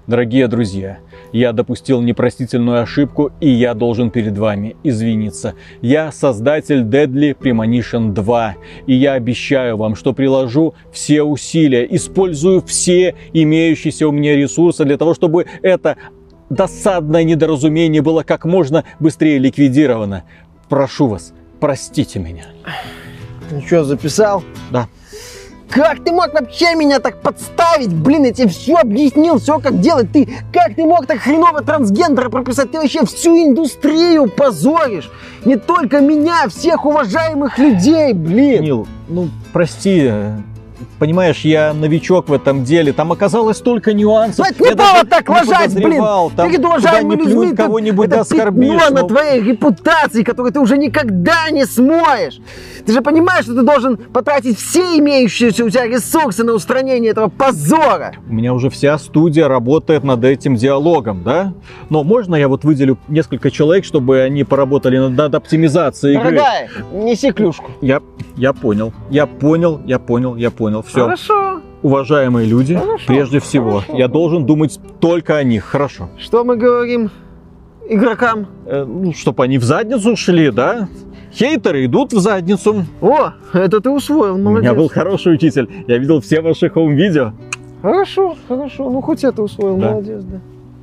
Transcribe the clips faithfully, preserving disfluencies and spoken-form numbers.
Дорогие друзья, я допустил непростительную ошибку, и я должен перед вами извиниться. Я создатель Deadly Premonition два, и я обещаю вам, что приложу все усилия, использую все имеющиеся у меня ресурсы для того, чтобы это досадное недоразумение было как можно быстрее ликвидировано. Прошу вас, простите меня. Ну что, записал? Да. Как ты мог вообще меня так подставить? Блин, я тебе все объяснил, все как делать. Ты, как ты мог так хреново трансгендера прописать? Ты вообще всю индустрию позоришь. Не только меня, всех уважаемых людей, блин. Нил, ну прости. Понимаешь, я новичок в этом деле. Там оказалось столько нюансов. Ну, это не я повод так лажать, блин. Там перед уважаемыми людьми кого-нибудь это оскорбишь. пятно Но... на твоей репутации, которую ты уже никогда не смоешь. Ты же понимаешь, что ты должен потратить все имеющиеся у тебя ресурсы на устранение этого позора. У меня уже вся студия работает над этим диалогом, да? Но можно я вот выделю несколько человек, чтобы они поработали над, над оптимизацией игры? Дорогая, неси клюшку. Я, я понял, я понял, я понял, я понял. Все. Хорошо. Уважаемые люди, Хорошо. прежде всего, Хорошо. я должен думать только о них. Хорошо. Что мы говорим игрокам? Э, ну, чтобы они в задницу шли, да? Хейтеры идут в задницу. О, это ты усвоил, молодец. У меня был хороший учитель. Я видел все ваши хоум-видео. Хорошо, хорошо. Ну, хоть это усвоил, Да. молодец, да.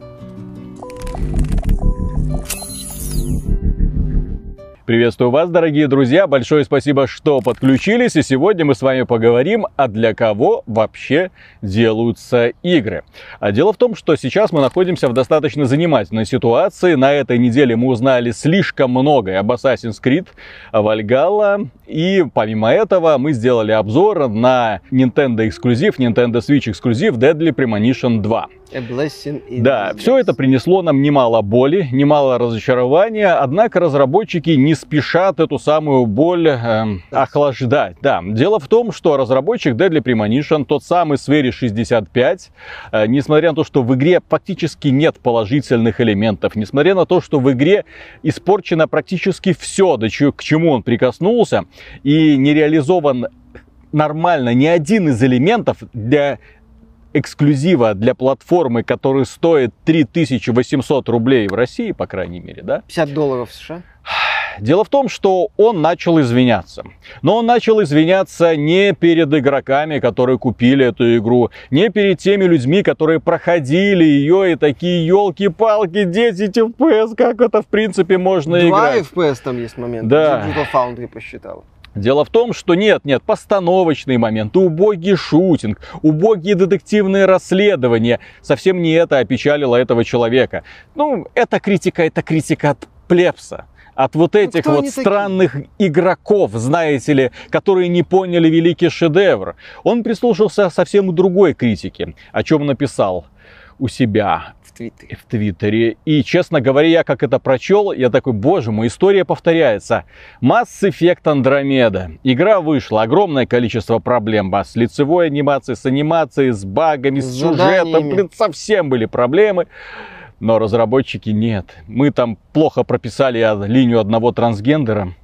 Приветствую вас, дорогие друзья. Большое спасибо, что подключились. И сегодня мы с вами поговорим, а для кого вообще делаются игры. А дело в том, что сейчас мы находимся в достаточно занимательной ситуации. На этой неделе мы узнали слишком многое об Assassin's Creed Valhalla. И помимо этого мы сделали обзор на Nintendo эксклюзив, Nintendo Switch эксклюзив Deadly Premonition два. A blessing in Да, disguise. все это принесло нам немало боли, немало разочарования, однако разработчики не спешат эту самую боль э, охлаждать. Да, дело в том, что разработчик Deadly Premonition, тот самый Swery шестьдесят пять, э, несмотря на то, что в игре фактически нет положительных элементов, несмотря на то, что в игре испорчено практически все, до чего, к чему он прикоснулся, и не реализован нормально ни один из элементов для эксклюзива для платформы, который стоит три тысячи восемьсот рублей в России, по крайней мере, да? пятьдесят долларов США. Дело в том, что он начал извиняться. Но он начал извиняться не перед игроками, которые купили эту игру, не перед теми людьми, которые проходили ее и такие, елки-палки, десять эф пи эс, как это в принципе можно два играть? эф пи эс там есть момент. Да. Digital Foundry посчитал. Дело в том, что нет, нет, постановочные моменты, убогий шутинг, убогие детективные расследования. Совсем не это опечалило этого человека. Ну, это критика, это критика от плебса. От вот этих кто вот они странных такие? Игроков, знаете ли, которые не поняли великий шедевр. Он прислушался совсем к другой критике, о чем написал у себя В Твиттере. в Твиттере. И, честно говоря, я как это прочел, я такой, боже мой, история повторяется. Mass Effect Andromeda. Игра вышла, огромное количество проблем с лицевой анимацией, с анимацией, с багами, с, С сюжетом. заданиями. Блин, совсем были проблемы. Но разработчики нет. Мы там плохо прописали линию одного трансгендера.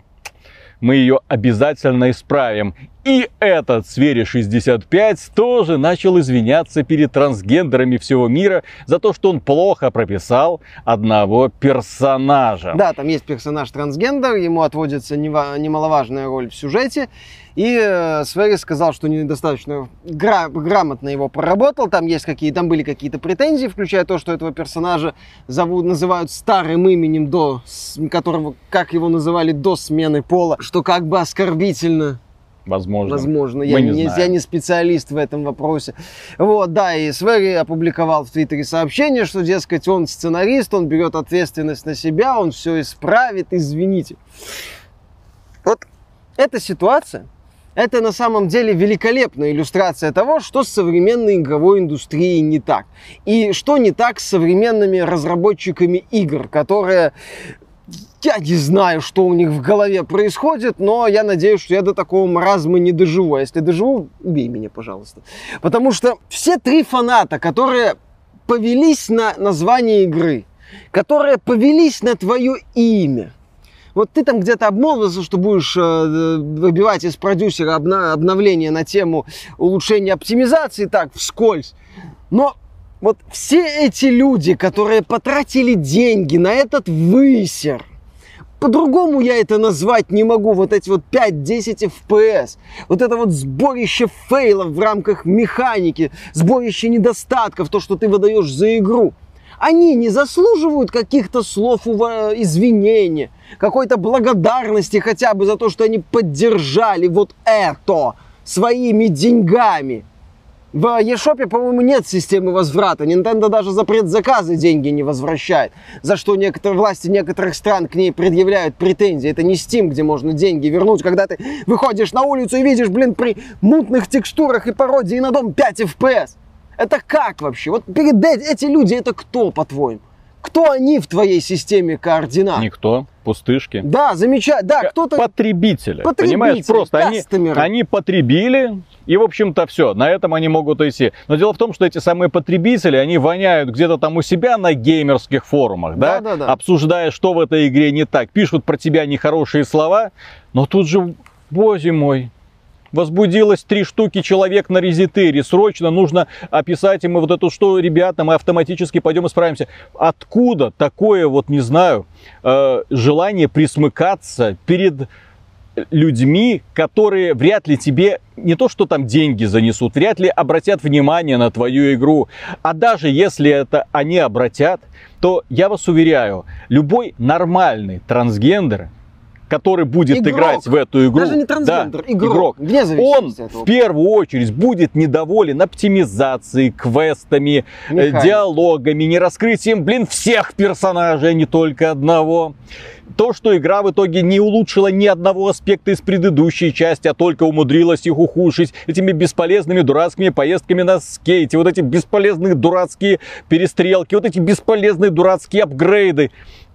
Мы ее обязательно исправим. И этот Swery шестьдесят пять тоже начал извиняться перед трансгендерами всего мира за то, что он плохо прописал одного персонажа. Да, там есть персонаж трансгендер, ему отводится нева- немаловажная роль в сюжете. И э, Swery сказал, что недостаточно гра- грамотно его проработал. Там есть какие, там были какие-то претензии, включая то, что этого персонажа зовут, называют старым именем, до, с- которого, как его называли до смены пола, что как бы оскорбительно. Возможно. Возможно, Мы я не не, знаем. я не специалист в этом вопросе. Вот, да, и Swery опубликовал в Твиттере сообщение, что, дескать, он сценарист, он берет ответственность на себя, он все исправит, извините. Вот эта ситуация, это на самом деле великолепная иллюстрация того, что с современной игровой индустрией не так. И что не так с современными разработчиками игр, которые... Я не знаю, что у них в голове происходит, но я надеюсь, что я до такого маразма не доживу. А если доживу, убей меня, пожалуйста. Потому что все три фаната, которые повелись на название игры, которые повелись на твое имя, вот ты там где-то обмолвился, что будешь э, выбивать из продюсера обна- обновление на тему улучшения оптимизации, так, вскользь. Но Вот все эти люди, которые потратили деньги на этот высер, по-другому я это назвать не могу, вот эти вот пять-десять эф пи эс, вот это вот сборище фейлов в рамках механики, сборище недостатков, то, что ты выдаешь за игру, они не заслуживают каких-то слов извинения, какой-то благодарности хотя бы за то, что они поддержали вот это своими деньгами. В eShop, по-моему, нет системы возврата. Nintendo даже за предзаказы деньги не возвращает. За что некоторые власти некоторых стран к ней предъявляют претензии. Это не Steam, где можно деньги вернуть, когда ты выходишь на улицу и видишь, блин, при мутных текстурах и пародии на дом пять эф пи эс. Это как вообще? Вот перед эти люди, это кто, по-твоему? Кто они в твоей системе координат? Никто. Пустышки. Да, замечательно. Да, кто-то... Потребители. Потребители. Понимаешь, просто они, они потребили, и, в общем-то, все. На этом они могут идти. Но дело в том, что эти самые потребители, они воняют где-то там у себя на геймерских форумах, да? Да, да, да. Обсуждая, что в этой игре не так. Пишут про тебя нехорошие слова, но тут же, боже мой, возбудилось три штуки человек на резетере. Срочно нужно описать им вот эту, что, ребята, мы автоматически пойдем и справимся. Откуда такое, вот не знаю, э, желание присмыкаться перед людьми, которые вряд ли тебе не то, что там деньги занесут, вряд ли обратят внимание на твою игру. А даже если это они обратят, то я вас уверяю, любой нормальный трансгендер, который будет игрок. играть в эту игру, даже не трансгендер, да, игрок, игрок. Вне зависимости Он от этого. В первую очередь будет недоволен оптимизацией, квестами, Механик. диалогами, не раскрытием, блин, всех персонажей, а не только одного. То, что игра в итоге не улучшила ни одного аспекта из предыдущей части, а только умудрилась их ухудшить этими бесполезными дурацкими поездками на скейте, вот эти бесполезные дурацкие перестрелки, вот эти бесполезные дурацкие апгрейды.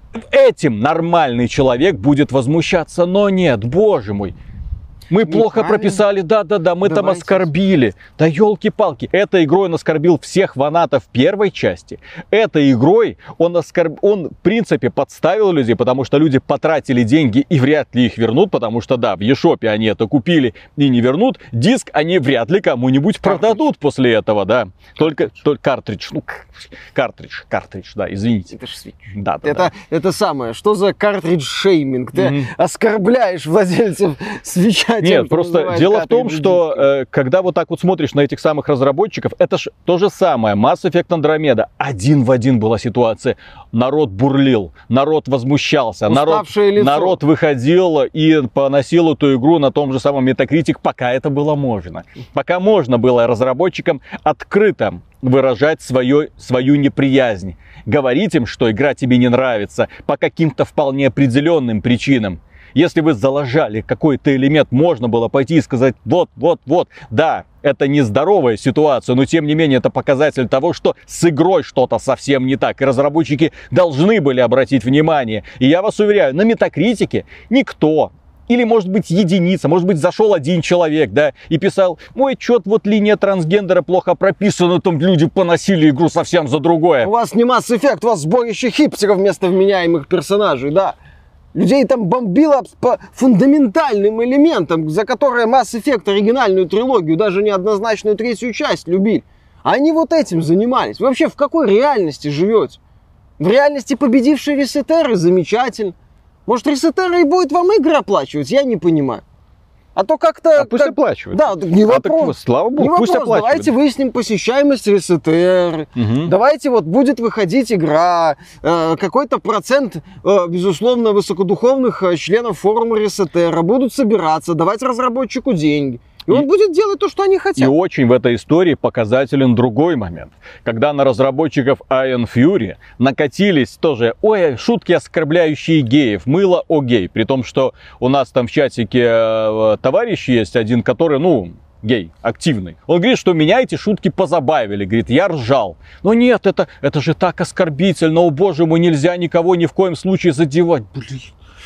Этим нормальный человек будет возмущаться, но нет, боже мой. Мы плохо прописали, да-да-да, мы там оскорбили. Да елки-палки, этой игрой он оскорбил всех фанатов первой части. Этой игрой он, оскорб... он в принципе подставил людей, потому что люди потратили деньги и вряд ли их вернут, потому что да, в eShop они это купили и не вернут. Диск они вряд ли кому-нибудь продадут после этого, да. Только, только картридж, ну, картридж, картридж, да, извините. Это ж свич. Да, да, это, да. это самое, что за картридж-шейминг? Ты mm-hmm. оскорбляешь владельцев свеча. Нет, тем, просто дело в том, что э, когда вот так вот смотришь на этих самых разработчиков, это ж то же самое. Mass Effect Andromeda. Один в один была ситуация. Народ бурлил, народ возмущался, народ, народ выходил и поносил эту игру на том же самом Metacritic, пока это было можно. Пока можно было разработчикам открыто выражать свое, свою неприязнь. Говорить им, что игра тебе не нравится по каким-то вполне определенным причинам. Если вы залажали какой-то элемент, можно было пойти и сказать, вот, вот, вот, да, это нездоровая ситуация, но тем не менее это показатель того, что с игрой что-то совсем не так, и разработчики должны были обратить внимание. И я вас уверяю, на Метакритике никто, или может быть единица, может быть зашел один человек, да, и писал, ой, чё-то вот линия трансгендера плохо прописана, там люди поносили игру совсем за другое. У вас не Mass Effect, у вас сборище хипстеров вместо вменяемых персонажей, да. Людей там бомбило по фундаментальным элементам, за которые Mass Effect оригинальную трилогию, даже неоднозначную третью часть любили. Они вот этим занимались. Вы вообще в какой реальности живете? В реальности победившей ресетеры? Замечательно. Может, ресетеры и будет вам игры оплачивать? Я не понимаю. А то как-то... А пусть как... оплачивают. Да, не вопрос. А так, слава богу, не пусть вопрос. оплачивают. Давайте выясним посещаемость ресетеры. Угу. Давайте вот будет выходить игра. Э, какой-то процент, э, безусловно, высокодуховных э, членов форума ресетера будут собираться, давать разработчику деньги. И, и он будет делать то, что они хотят. И очень в этой истории показателен другой момент. Когда на разработчиков Iron Fury накатились тоже, ой, шутки, оскорбляющие геев, мыло о гей. При том, что у нас там в чатике э, товарищ есть один, который, ну, гей, активный. Он говорит, что меня эти шутки позабавили. Говорит, я ржал. Но нет, это, это же так оскорбительно. О боже мой, нельзя никого ни в коем случае задевать. Блин.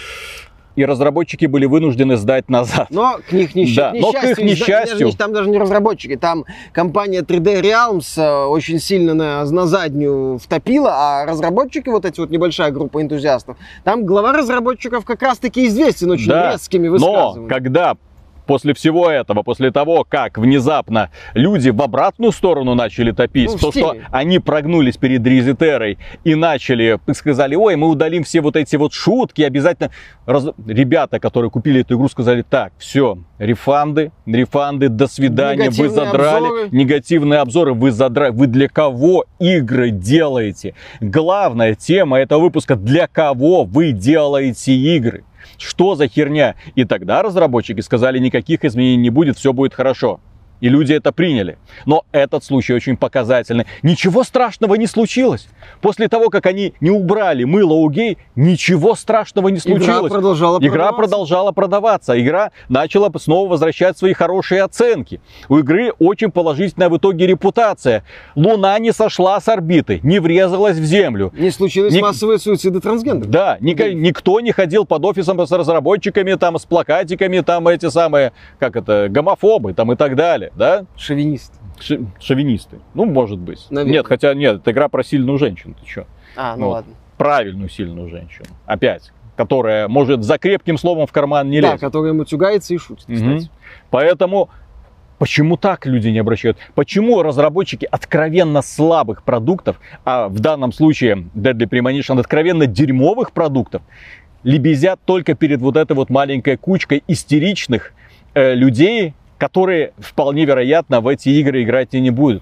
И разработчики были вынуждены сдать назад. Но к них несчастью, да, но к их несчастью... Там даже не разработчики, там компания три дэ Realms очень сильно на, на заднюю втопила, а разработчики, вот эти вот небольшая группа энтузиастов, там глава разработчиков как раз-таки известен очень да, резкими высказываниями. Но когда после всего этого, после того, как внезапно люди в обратную сторону начали топить, Ну, в то, что стиле. они прогнулись перед Ризетерой и начали, сказали, ой, мы удалим все вот эти вот шутки, обязательно... Раз... Ребята, которые купили эту игру, сказали, так, все, рефанды, рефанды, до свидания, вы Негативные задрали, обзоры. негативные обзоры, вы задрали, вы для кого игры делаете? Главная тема этого выпуска, для кого вы делаете игры? Что за херня? И тогда разработчики сказали, никаких изменений не будет, все будет хорошо. И люди это приняли. Но этот случай очень показательный. Ничего страшного не случилось. После того, как они не убрали мыло у гей, ничего страшного не случилось. Игра продолжала Игра продаваться. продолжала продаваться. Игра начала снова возвращать свои хорошие оценки. У игры очень положительная в итоге репутация. Луна не сошла с орбиты, не врезалась в Землю. Не случилось Ник- массовые суициды трансгендеров. Да, ника- никто не ходил под офисом с разработчиками, там, с плакатиками, там, эти самые, как это, гомофобы, там, и так далее, да? Шовинист. Ш- шовинисты. Ну, может быть. Наверное. Нет, хотя нет, это игра про сильную женщину, ты что? А, ну Вот. ладно. Правильную сильную женщину. Опять. Которая может за крепким словом в карман не Да, лезть. который матюгается и шутит, Мгм. кстати. Поэтому почему так люди не обращают? Почему разработчики откровенно слабых продуктов, а в данном случае Deadly Premonition откровенно дерьмовых продуктов, лебезят только перед вот этой вот маленькой кучкой истеричных э, людей, которые вполне вероятно в эти игры играть и не будут.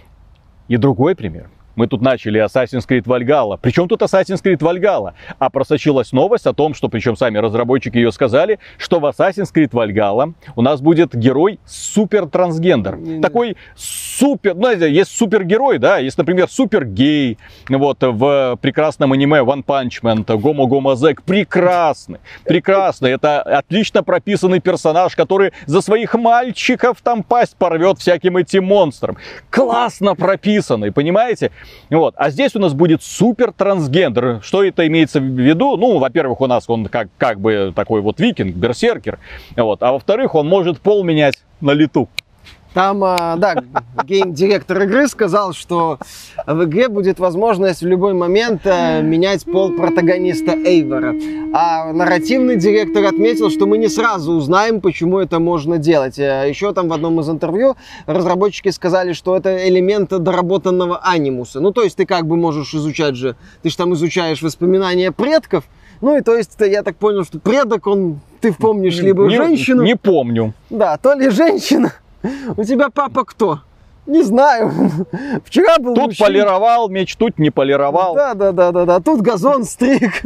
И другой пример. Мы тут начали Assassin's Creed Valhalla. Причем тут Assassin's Creed Valhalla? А просочилась новость о том, что, причем сами разработчики ее сказали, что в Assassin's Creed Valhalla у нас будет герой супер-трансгендер. Не-не. Такой супер, ну, знаете, есть супергерой, да, есть, например, супер-гей. Вот в прекрасном аниме One Punch Man, Гомо Гомо Зек. Прекрасный, прекрасный. Это отлично прописанный персонаж, который за своих мальчиков там пасть порвет всяким этим монстрам. Классно прописанный, понимаете? Вот. А здесь у нас будет супер трансгендер. Что это имеется в виду? Ну, во-первых, у нас он как, как бы такой вот викинг, берсеркер. Вот. А во-вторых, он может пол менять на лету. Там, а, да, гейм-директор игры сказал, что в игре будет возможность в любой момент а, менять пол протагониста Эйвора. А нарративный директор отметил, что мы не сразу узнаем, почему это можно делать. А еще там в одном из интервью разработчики сказали, что это элемент доработанного анимуса. Ну, то есть ты как бы можешь изучать же, ты же там изучаешь воспоминания предков. Ну и то есть я так понял, что предок, он, ты помнишь либо не, женщину. Не помню. Да, то ли женщина. У тебя папа кто? Не знаю. Вчера был Тут мужчина. полировал меч, тут не полировал. Да, да, да, да, да. Тут газон стриг.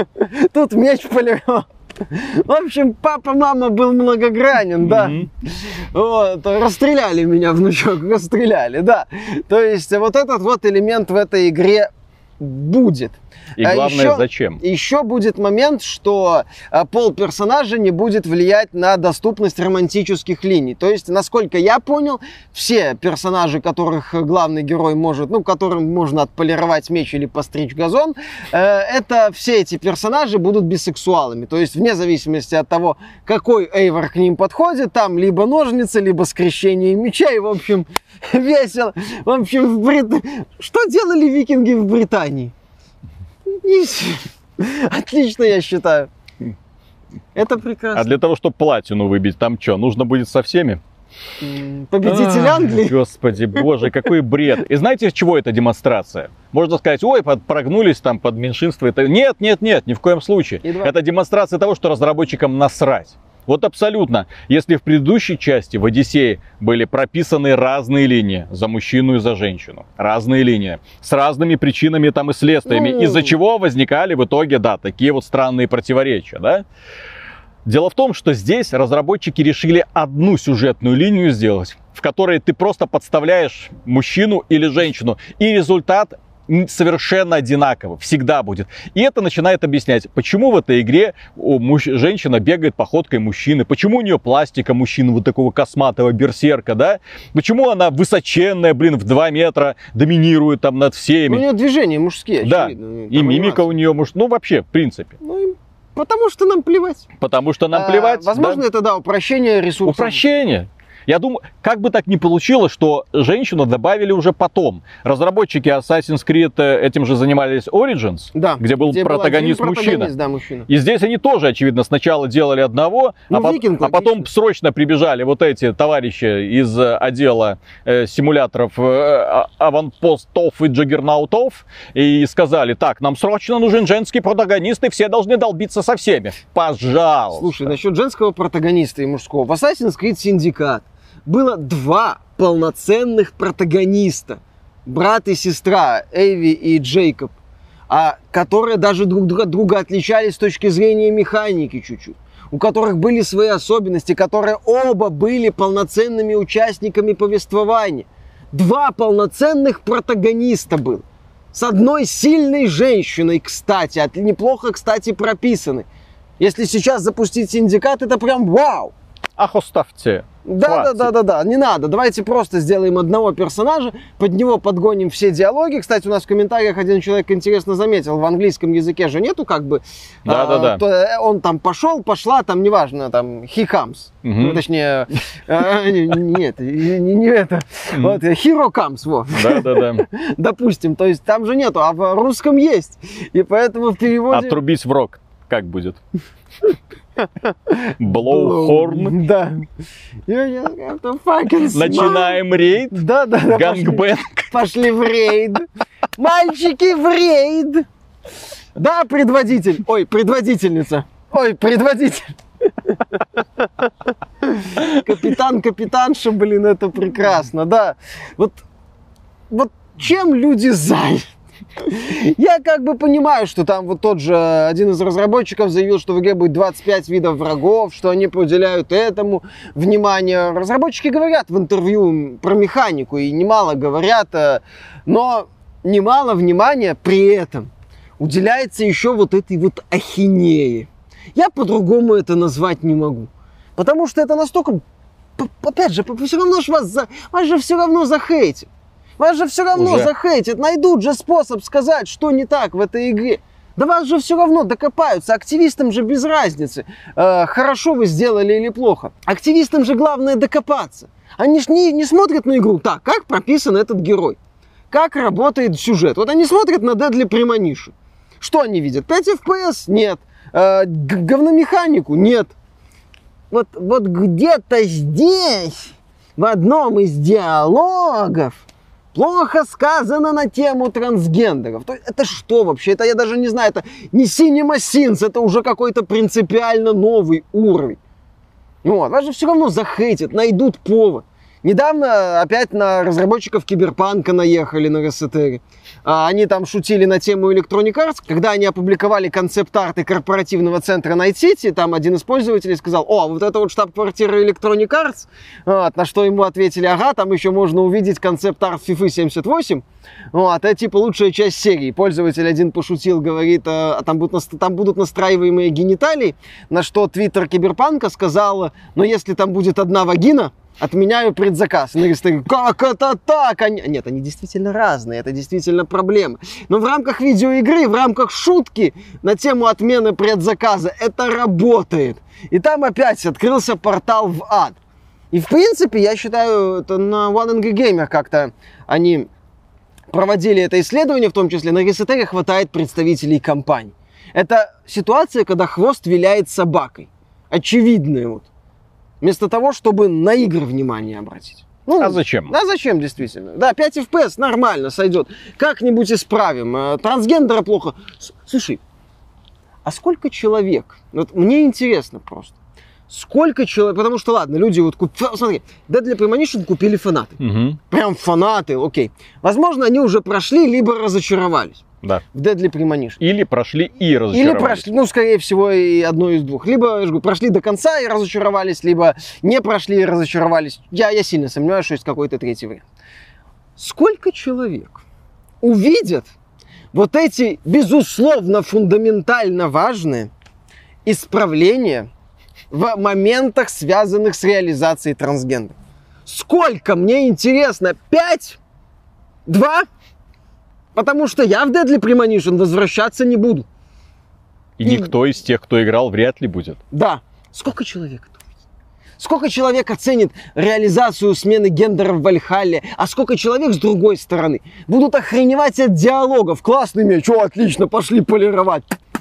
Тут меч полировал. В общем, папа, мама был многогранен, да. Мгм. Вот, расстреляли меня, внучок, расстреляли, да. То есть вот этот вот элемент в этой игре будет. И А главное, еще- зачем? Еще будет момент, что а, пол персонажа не будет влиять на доступность романтических линий. То есть, насколько я понял, все персонажи, которых главный герой может, ну, которым можно отполировать меч или постричь газон, э, это все эти персонажи будут бисексуалами. То есть, вне зависимости от того, какой Эйвор к ним подходит, там либо ножницы, либо скрещение мечей, в общем, весело. В общем, в Брит... что делали викинги в Британии? Отлично, я считаю. Это прекрасно. А для того, чтобы платину выбить, там что, нужно будет со всеми? М, Победитель Ах, Англии. Господи, боже, какой бред. И знаете, с чего эта демонстрация? Можно сказать, ой, под- прогнулись там под меньшинство. Это... Нет, нет, нет, ни в коем случае. Едва. Это демонстрация того, что разработчикам насрать. Вот абсолютно. Если в предыдущей части, в Одиссее, были прописаны разные линии за мужчину и за женщину. Разные линии. С разными причинами там и следствиями. Ну. Из-за чего возникали в итоге, да, такие вот странные противоречия, да? Дело в том, что здесь разработчики решили одну сюжетную линию сделать, в которой ты просто подставляешь мужчину или женщину, и результат совершенно одинаково, всегда будет. И это начинает объяснять, почему в этой игре у муж... женщина бегает походкой мужчины, почему у нее пластика мужчины, вот такого косматого берсерка, да? Почему она высоченная, блин, в два метра, доминирует там над всеми. У нее движения мужские, Да, очевидно. и Там мимика у анимация. нее, может, ну вообще, в принципе. Ну, и потому что нам плевать. Потому что нам А, плевать. Возможно, да? это, да, упрощение ресурсов. Упрощение. Я думаю, как бы так ни получилось, что женщину добавили уже потом. Разработчики Assassin's Creed этим же занимались Origins, да, где был где протагонист был мужчина. протагонист, да, мужчина. И здесь они тоже, очевидно, сначала делали одного, ну, а, по- Викинг, а потом отлично. срочно прибежали вот эти товарищи из отдела э, симуляторов э, аванпостов и джаггернаутов и сказали: так, нам срочно нужен женский протагонист, и все должны долбиться со всеми. Пожалуйста. Слушай, насчет женского протагониста и мужского. В Assassin's Creed Syndicate было два полноценных протагониста. Брат и сестра, Эйви и Джейкоб. А которые даже друг друга, друга отличались с точки зрения механики чуть-чуть. У которых были свои особенности, которые оба были полноценными участниками повествования. Два полноценных протагониста было. С одной сильной женщиной, кстати. От, неплохо, кстати, прописаны. Если сейчас запустить Синдикат, это прям вау! Ах, оставьте. Да, да, да, да, да, не надо. Давайте просто сделаем одного персонажа, под него подгоним все диалоги. Кстати, у нас в комментариях один человек интересно заметил, в английском языке же нету как бы... Да, а, да, да. То, он там пошел, пошла, там неважно, там he comes. Угу. Ну, точнее, э, нет, не, не это. Вот, hero comes, вот. Да, да, да. Допустим, то есть там же нету, а в русском есть. И поэтому в переводе... Отрубить в рог. Как будет? Блоухорн. Да. Это fucking smart. Начинаем рейд. Да, да, да. Гангбэнг. Пошли в рейд. Мальчики, в рейд. Да, предводитель. Ой, предводительница. Ой, предводитель. Капитан, капитанша, блин, это прекрасно, да. Вот, вот чем люди заняты? Я как бы понимаю, что там вот тот же один из разработчиков заявил, что в игре будет двадцать пять видов врагов, что они уделяют этому внимание. Разработчики говорят в интервью про механику, и немало говорят, но немало внимания при этом уделяется еще вот этой вот ахинеи. Я по-другому это назвать не могу. Потому что это настолько... Опять же, все равно ж вас, за... вас же все равно захейтят. Вас же все равно Уже. захейтят. Найдут же способ сказать, что не так в этой игре. Да вас же все равно докопаются. Активистам же без разницы, э, хорошо вы сделали или плохо. Активистам же главное докопаться. Они ж не, не смотрят на игру. Так, как прописан этот герой? Как работает сюжет? Вот они смотрят на Deadly Premonition. Что они видят? пять эф пи эс? Нет. Э, говномеханику? Нет. Вот, вот где-то здесь, в одном из диалогов, плохо сказано на тему трансгендеров. То есть это что вообще? Это я даже не знаю, это не Cinema Sins, это уже какой-то принципиально новый уровень. Вот, вас же все равно захейтят, найдут повод. Недавно опять на разработчиков Киберпанка наехали на Ресетере. Они там шутили на тему Electronic Arts, когда они опубликовали концепт-арты корпоративного центра Night City, там один из пользователей сказал: о, вот это вот штаб-квартира Electronic Arts, вот, на что ему ответили: ага, там еще можно увидеть концепт-арт FIFA семьдесят восемь, вот, это типа лучшая часть серии. Пользователь один пошутил, говорит, а там будут, там будут настраиваемые гениталии, на что твиттер Киберпанка сказал: но если там будет одна вагина, отменяю предзаказ. И говорит: как это так? Они... Нет, они действительно разные, это действительно проблема. Но в рамках видеоигры, в рамках шутки на тему отмены предзаказа это работает. И там опять открылся портал в ад. И в принципе, я считаю, это на One Angry Gamer как-то они проводили это исследование, в том числе на Ресетере хватает представителей компаний. Это ситуация, когда хвост виляет собакой. Очевидная вот. Вместо того, чтобы на игры внимание обратить. Ну, а зачем? А зачем, действительно? Да, пять эф пи эс нормально сойдет. Как-нибудь исправим. Трансгендера плохо. Слушай, а сколько человек? Вот мне интересно просто. Сколько человек... Потому что, ладно, люди вот купили... Смотри, Deadly Premonition купили фанаты. Угу. Прям фанаты, окей. Возможно, они уже прошли, либо разочаровались. Да. В Deadly Premonition. Или прошли и разочаровались. Или прошли, ну, скорее всего, и одно из двух. Либо, я же говорю, прошли до конца и разочаровались, либо не прошли и разочаровались. Я, я сильно сомневаюсь, что есть какой-то третий вариант. Сколько человек увидят вот эти, безусловно, фундаментально важные исправления в моментах, связанных с реализацией трансгендера? Сколько, мне интересно? Пять? Два? Потому что я в Deadly Premonition возвращаться не буду. И никто из тех, кто играл, вряд ли будет. Да. Сколько человек это увидит? Сколько человек оценит реализацию смены гендера в Вальхалле, а сколько человек с другой стороны будут охреневать от диалогов. Классный меч, о, отлично, пошли полировать.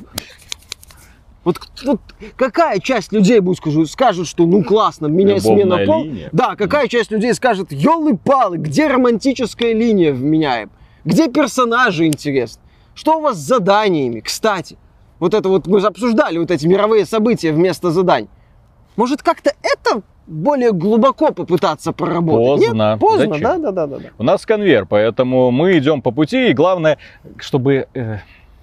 Вот, вот какая часть людей будет скажу, скажет, что ну классно, меня смена пола. Да, какая часть людей скажет, ёлы-палы, где романтическая линия вменяем? Где персонажи интересны? Что у вас с заданиями? Кстати, вот это вот мы обсуждали, вот эти мировые события вместо заданий. Может, как-то это более глубоко попытаться проработать? Поздно. Нет? Поздно, Зачем? да, да, да, да, да. У нас конвейер, поэтому мы идем по пути, и главное, чтобы э,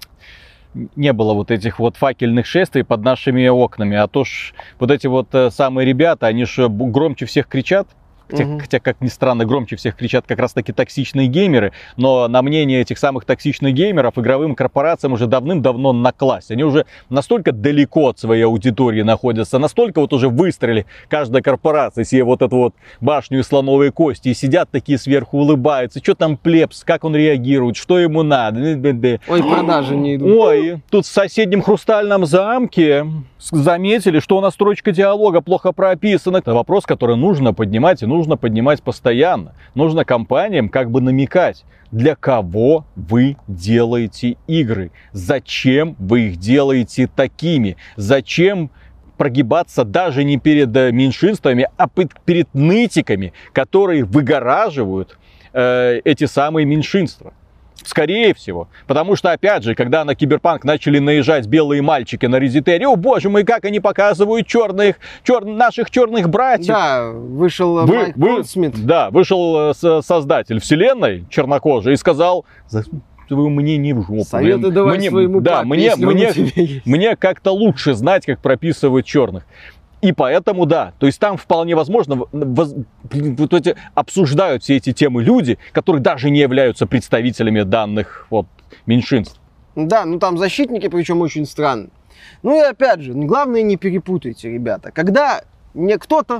не было вот этих вот факельных шествий под нашими окнами, а то ж вот эти вот э, самые ребята, они же громче всех кричат. Хотя, угу. хотя, как ни странно, громче всех кричат как раз-таки токсичные геймеры, но на мнение этих самых токсичных геймеров игровым корпорациям уже давным-давно накласть. Они уже настолько далеко от своей аудитории находятся, настолько вот уже выстроили каждая корпорация себе вот эту вот башню из слоновой кости, и сидят такие сверху, улыбаются, что там плебс, как он реагирует, что ему надо. Ой, продажи не идут. Ой, тут в соседнем хрустальном замке заметили, что у нас строчка диалога плохо прописана. Это вопрос, который нужно поднимать, и нужно поднимать постоянно. Нужно компаниям как бы намекать, для кого вы делаете игры, зачем вы их делаете такими, зачем прогибаться даже не перед меньшинствами, а перед нытиками, которые выгораживают э, эти самые меньшинства. Скорее всего. Потому что, опять же, когда на Киберпанк начали наезжать белые мальчики на Резитере, о боже мой, как они показывают черных, чер, наших черных братьев. Да, вышел вы, Майк вы, Понсмит. Да, вышел создатель вселенной, чернокожий, и сказал, вы мне не в жопу. Советы давай мне, своему да, папе, мне, мне, мне как-то лучше знать, как прописывают черных. И поэтому, да, то есть там вполне возможно воз, вот эти, обсуждают все эти темы люди, которые даже не являются представителями данных вот, меньшинств. Да, ну там защитники, причем очень странные. Ну и опять же, главное не перепутайте, ребята. Когда мне кто-то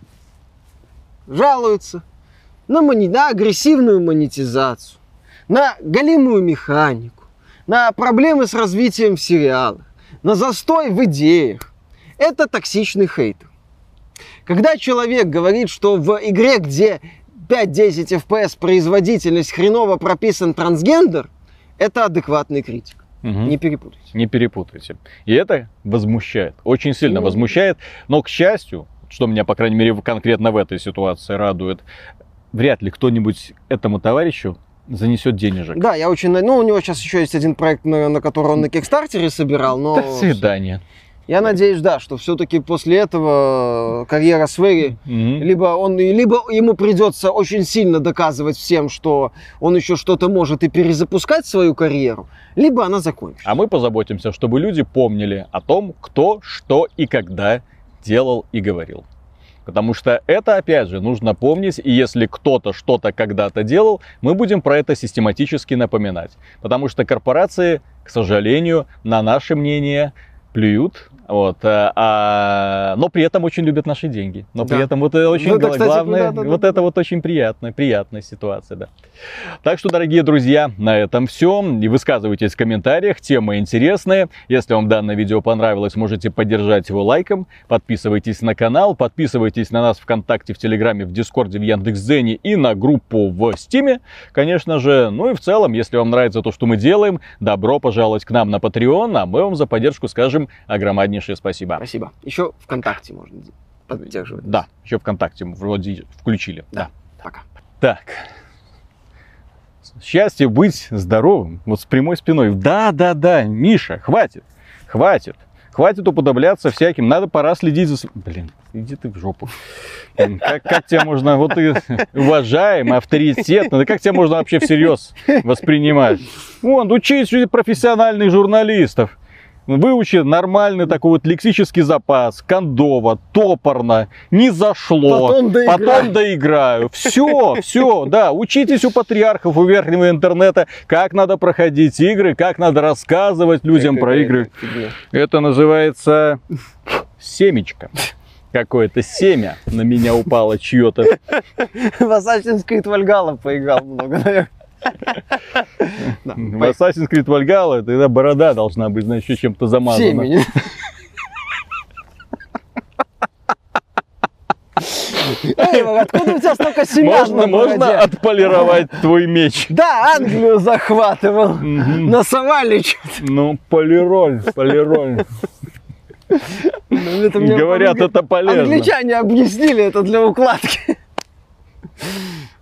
жалуется на, мони... на агрессивную монетизацию, на голимую механику, на проблемы с развитием в сериалах, на застой в идеях, это токсичный хейтер. Когда человек говорит, что в игре, где пять-десять эф пи эс производительность, хреново прописан трансгендер, это адекватный критик. Угу. Не перепутайте. Не перепутайте. И это возмущает. Очень сильно ну, возмущает. Но, к счастью, что меня, по крайней мере, конкретно в этой ситуации радует, вряд ли кто-нибудь этому товарищу занесет денежек. Да, я очень... Ну, у него сейчас еще есть один проект, на, на который он на Кикстартере собирал, но... До свидания. Я надеюсь, да, что все-таки после этого карьера Свери, mm-hmm. либо, он, либо ему придется очень сильно доказывать всем, что он еще что-то может и перезапускать свою карьеру, либо она закончится. А мы позаботимся, чтобы люди помнили о том, кто, что и когда делал и говорил. Потому что это, опять же, нужно помнить, и если кто-то что-то когда-то делал, мы будем про это систематически напоминать. Потому что корпорации, к сожалению, на наше мнение плюют, вот, а, но при этом очень любят наши деньги. Но при да. этом вот это очень ну, это, главное, кстати, да, да, вот да, это да. вот очень приятная, приятная ситуация, да. Так что, дорогие друзья, на этом все. И высказывайтесь в комментариях, темы интересные. Если вам данное видео понравилось, можете поддержать его лайком. Подписывайтесь на канал, подписывайтесь на нас ВКонтакте, в Телеграме, в Дискорде, в Яндекс.Дзене и на группу в Стиме, конечно же. Ну и в целом, если вам нравится то, что мы делаем, добро пожаловать к нам на Patreon, а мы вам за поддержку скажем огромнейшее спасибо. Спасибо. Еще ВКонтакте можно поддерживать. Да, еще ВКонтакте вроде включили. Да. да. Пока. Так. Счастье быть здоровым, вот с прямой спиной. Да, да, да, Миша, хватит, хватит. Хватит уподобляться всяким, надо пора следить за... Блин, иди ты в жопу. Как, как тебя можно, вот ты уважаемый, авторитетный, да как тебя можно вообще всерьез воспринимать? Вон, учись профессиональных журналистов. Выучи нормальный такой вот лексический запас, кондово, топорно, не зашло, потом доиграю. Потом доиграю. Все, все, да, учитесь у патриархов, у верхнего интернета, как надо проходить игры, как надо рассказывать людям про игры. Это называется семечко. Какое-то семя на меня упало чье-то. В Assassin's Creed Valhalla поиграл много, наверное. В Assassin's Creed Valhalla тогда борода должна быть, значит, еще чем-то замазана. Эйвор, откуда у тебя столько семян Можно, на бороде? можно отполировать твой меч? Да, Англию захватывал. На Савалич. Ну, полироль, полироль. Это мне Говорят, это полезно. Англичане объяснили это для укладки.